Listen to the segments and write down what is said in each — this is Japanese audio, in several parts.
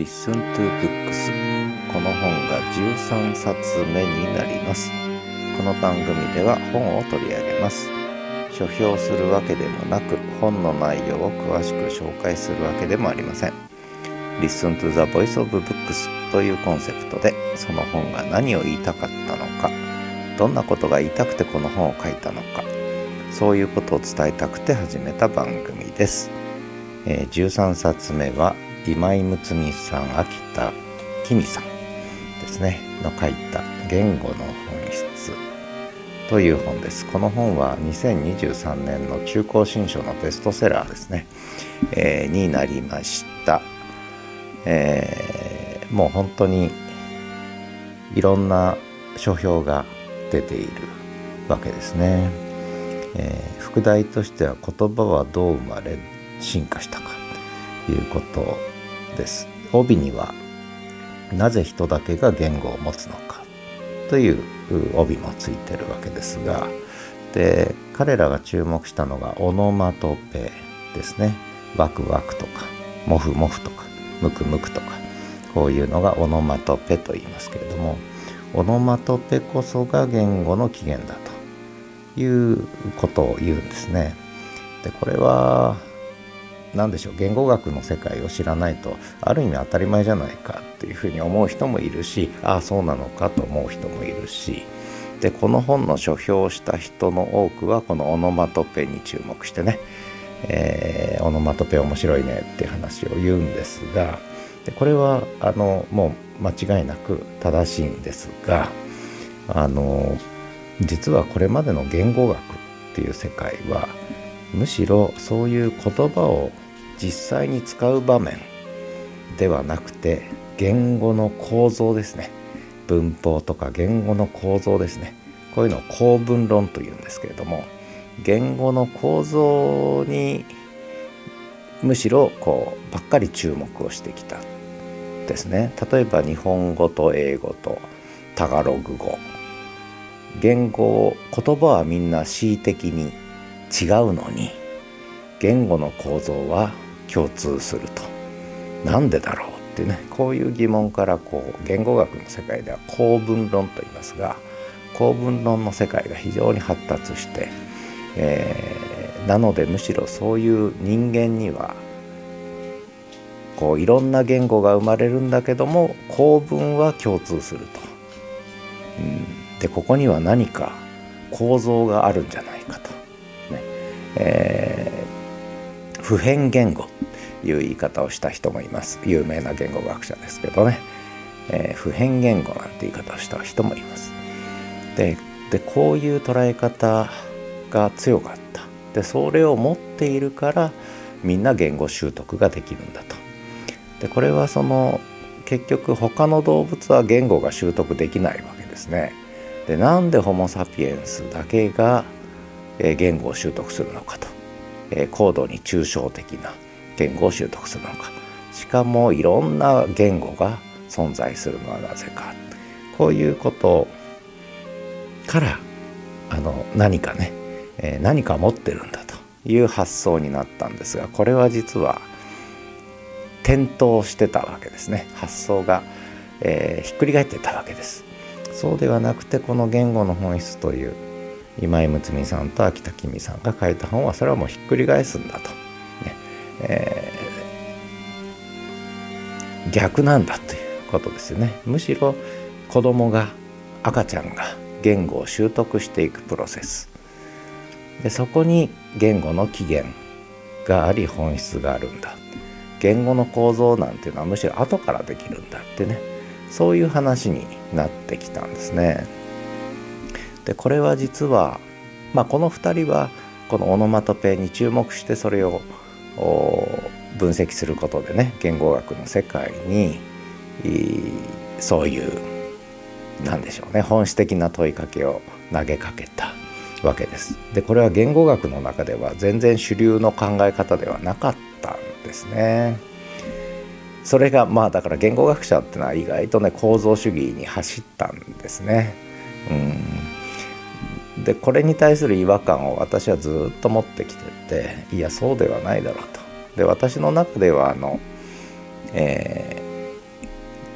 Listen to Books。この本が13冊目になります。この番組では本を取り上げます。書評するわけでもなく、本の内容を詳しく紹介するわけでもありません。Listen to the Voice of Books というコンセプトで、その本が何を言いたかったのか、どんなことが言いたくてこの本を書いたのか、そういうことを伝えたくて始めた番組です。13冊目は今井睦美さん、秋田紀美さんですねの書いた言語の本質という本です。この本は2023年の中高新書のベストセラーですね、になりました。もう本当にいろんな書評が出ているわけですね。副題としては言葉はどう生まれ進化したかということです。帯にはなぜ人だけが言語を持つのかという帯もついてるわけですが、で彼らが注目したのがオノマトペですね。ワクワクとかモフモフとかムクムクとか、こういうのがオノマトペと言いますけれども、オノマトペこそが言語の起源だということを言うんですね。でこれは何でしょう、言語学の世界を知らないとある意味当たり前じゃないかっていうふうに思う人もいるし、ああそうなのかと思う人もいるし、でこの本の書評をした人の多くはこのオノマトペに注目してね、オノマトペ面白いねっていう話を言うんですが、でこれはもう間違いなく正しいんですが、実はこれまでの言語学っていう世界はむしろそういう言葉を実際に使う場面ではなくて、言語の構造ですね、文法とか言語の構造ですね、こういうのを構文論というんですけれども、言語の構造にむしろばっかり注目をしてきたですね。例えば日本語と英語とタガログ語、言葉はみんな恣意的に違うのに言語の構造は共通すると、なんでだろうってね、こういう疑問から言語学の世界では構文論と言いますが、構文論の世界が非常に発達して、なのでむしろそういう人間にはいろんな言語が生まれるんだけども構文は共通すると、でここには何か構造があるんじゃないかと、普遍言語という言い方をした人もいます。有名な言語学者ですけどね、普遍言語なんて言い方をした人もいます。でこういう捉え方が強かった。でそれを持っているからみんな言語習得ができるんだと。でこれは結局他の動物は言語が習得できないわけですね。でなんでホモ・サピエンスだけが言語を習得するのかと、高度に抽象的な言語を習得するのか、しかもいろんな言語が存在するのはなぜか、こういうことから何かね、何か持ってるんだという発想になったんですが、これは実は転倒してたわけですね。発想が、ひっくり返ってたわけです。そうではなくて、この言語の本質という今井睦美さんと秋田紀美さんが書いた本はそれはもうひっくり返すんだと、逆なんだということですよね。むしろ赤ちゃんが言語を習得していくプロセスで、そこに言語の起源があり本質があるんだ、言語の構造なんていうのはむしろ後からできるんだってね、そういう話になってきたんですね。でこれは実は、この2人はこのオノマトペに注目してそれを分析することでね、言語学の世界にそういうなんでしょうね、本質的な問いかけを投げかけたわけです。でこれは言語学の中では全然主流の考え方ではなかったんですね。それがだから言語学者ってのは意外とね構造主義に走ったんですね。でこれに対する違和感を私はずっと持ってきてて、いやそうではないだろうと。で私の中では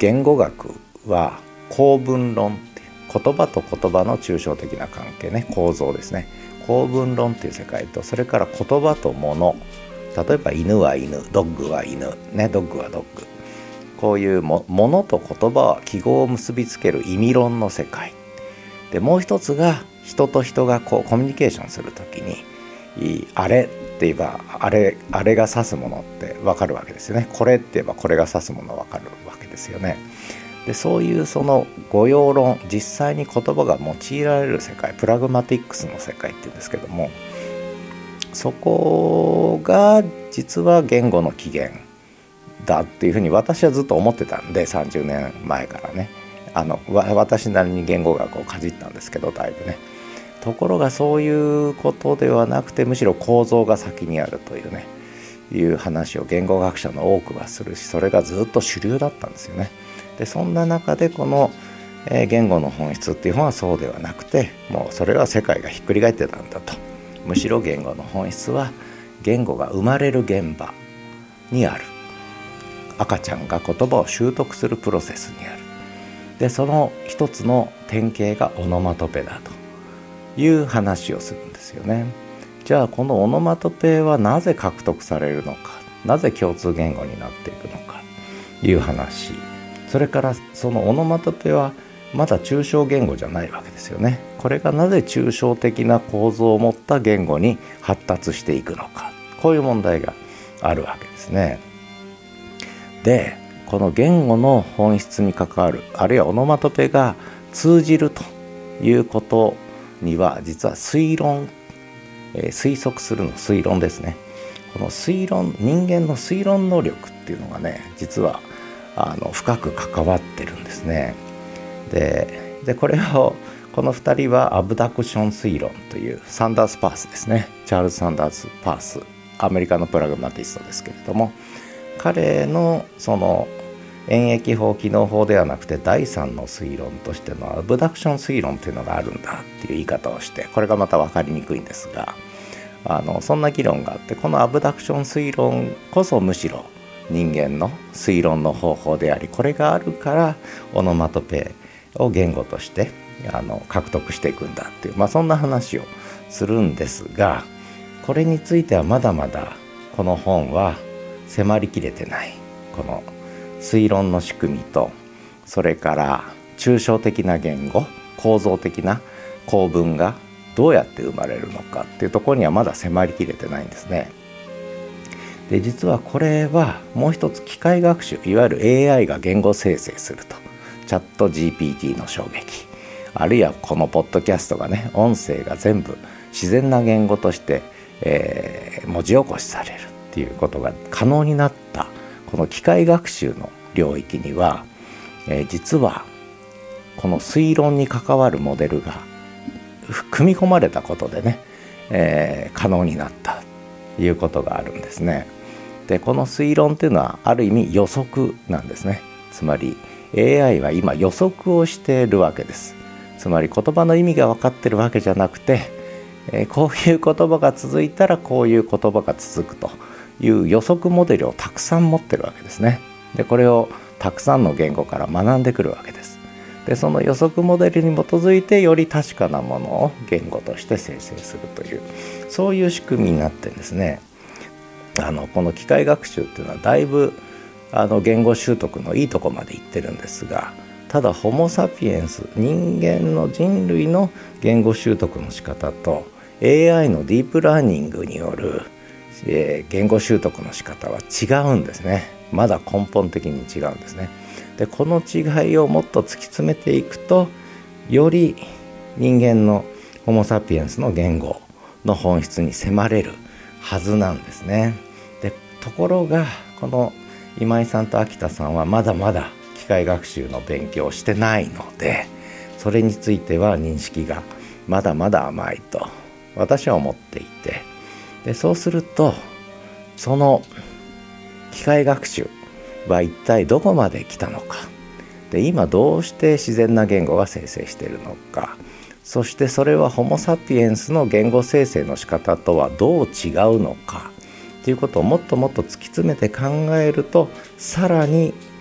言語学は構文論っていう言葉と言葉の抽象的な関係ね、構造ですね。構文論っていう世界と、それから言葉と物、例えば犬は犬、ドッグは犬ね、ドッグはドッグ、こういう物と言葉は記号を結びつける意味論の世界で、もう一つが人と人がこうコミュニケーションするときに、あれって言えばあれが指すものって分かるわけですよね。これって言えばこれが指すもの分かるわけですよね。でそういうその語用論、実際に言葉が用いられる世界、プラグマティックスの世界っていうんですけども、そこが実は言語の起源だっていうふうに私はずっと思ってたんで、30年前からね、私なりに言語学をかじったんですけど、だいぶね。ところがそういうことではなくて、むしろ構造が先にあるというね、いう話を言語学者の多くはするし、それがずっと主流だったんですよね。でそんな中でこの言語の本質っていう本はそうではなくて、もうそれは世界がひっくり返ってたんだと。むしろ言語の本質は言語が生まれる現場にある、赤ちゃんが言葉を習得するプロセスにある。でその一つの典型がオノマトペだという話をするんですよね。じゃあこのオノマトペはなぜ獲得されるのか、なぜ共通言語になっていくのかという話、それからそのオノマトペはまだ抽象言語じゃないわけですよね。これがなぜ抽象的な構造を持った言語に発達していくのか、こういう問題があるわけですね。でこの言語の本質に関わる、あるいはオノマトペが通じるということには、実は推論、推測するの推論ですね。この推論、人間の推論能力っていうのがね、実は深く関わってるんですね。でこれをこの2人はアブダクション推論という、サンダース・パースですね、チャールズ・サンダース・パース、アメリカのプラグマティストですけれども、彼のその演繹法、機能法ではなくて第三の推論としてのアブダクション推論というのがあるんだっていう言い方をして、これがまた分かりにくいんですが、そんな議論があって、このアブダクション推論こそむしろ人間の推論の方法であり、これがあるからオノマトペを言語として獲得していくんだっていう、そんな話をするんですが、これについてはまだまだこの本は迫りきれてない。この推論の仕組みと、それから抽象的な言語、構造的な構文がどうやって生まれるのかっていうところにはまだ迫りきれてないんですね。で実はこれはもう一つ機械学習、いわゆる AI が言語生成すると、チャット GPT の衝撃、あるいはこのポッドキャストがね、音声が全部自然な言語として、文字起こしされるっていうことが可能になったこの機械学習の領域には、実はこの推論に関わるモデルが組み込まれたことでね、可能になったということがあるんですね。でこの推論っていうのはある意味予測なんですね。つまり AI は今予測をしているわけです。つまり言葉の意味が分かってるわけじゃなくて、こういう言葉が続いたらこういう言葉が続くという予測モデルをたくさん持ってるわけですね。でこれをたくさんの言語から学んでくるわけです。でその予測モデルに基づいてより確かなものを言語として生成するという、そういう仕組みになってるんですね。この機械学習っていうのはだいぶ言語習得のいいとこまでいってるんですが、ただホモ・サピエンス、人間の人類の言語習得の仕方と AI のディープラーニングによる、言語習得の仕方は違うんですね。まだ根本的に違うんですね。でこの違いをもっと突き詰めていくと、より人間のホモ・サピエンスの言語の本質に迫れるはずなんですね。でところがこの今井さんと秋田さんはまだまだ機械学習の勉強をしてないので、それについては認識がまだまだ甘いと私は思っていて、でそうするとその機械学習は一体どこまで来たのか、で今どうして自然な言語が生成しているのか、そしてそれはホモ・サピエンスの言語生成の仕方とはどう違うのかということをもっともっと突き詰めて考えると、さらに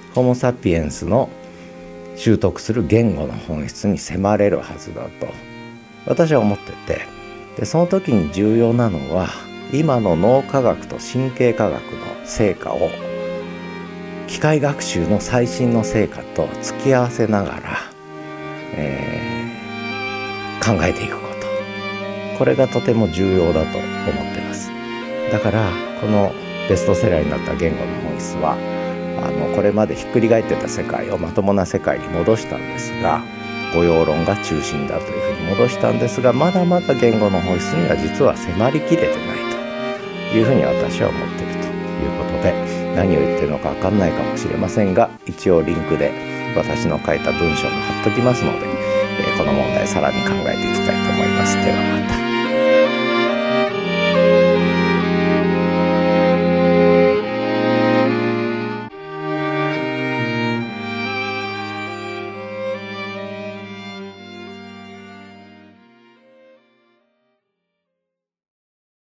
ホモ・サピエンスの習得する言語の本質に迫れるはずだと私は思ってて、でその時に重要なのは今の脳科学と神経科学の成果を機械学習の最新の成果と付き合わせながら、考えていくこと、これがとても重要だと思ってます。だからこのベストセラーになった言語の本質はこれまでひっくり返ってた世界をまともな世界に戻したんですが、誤用論が中心だというふうに戻したんですが、まだまだ言語の本質には実は迫りきれてないというふうに私は思っているということで、何を言ってるのか分かんないかもしれませんが、一応リンクで私の書いた文章も貼っときますので、この問題さらに考えていきたいと思います。では。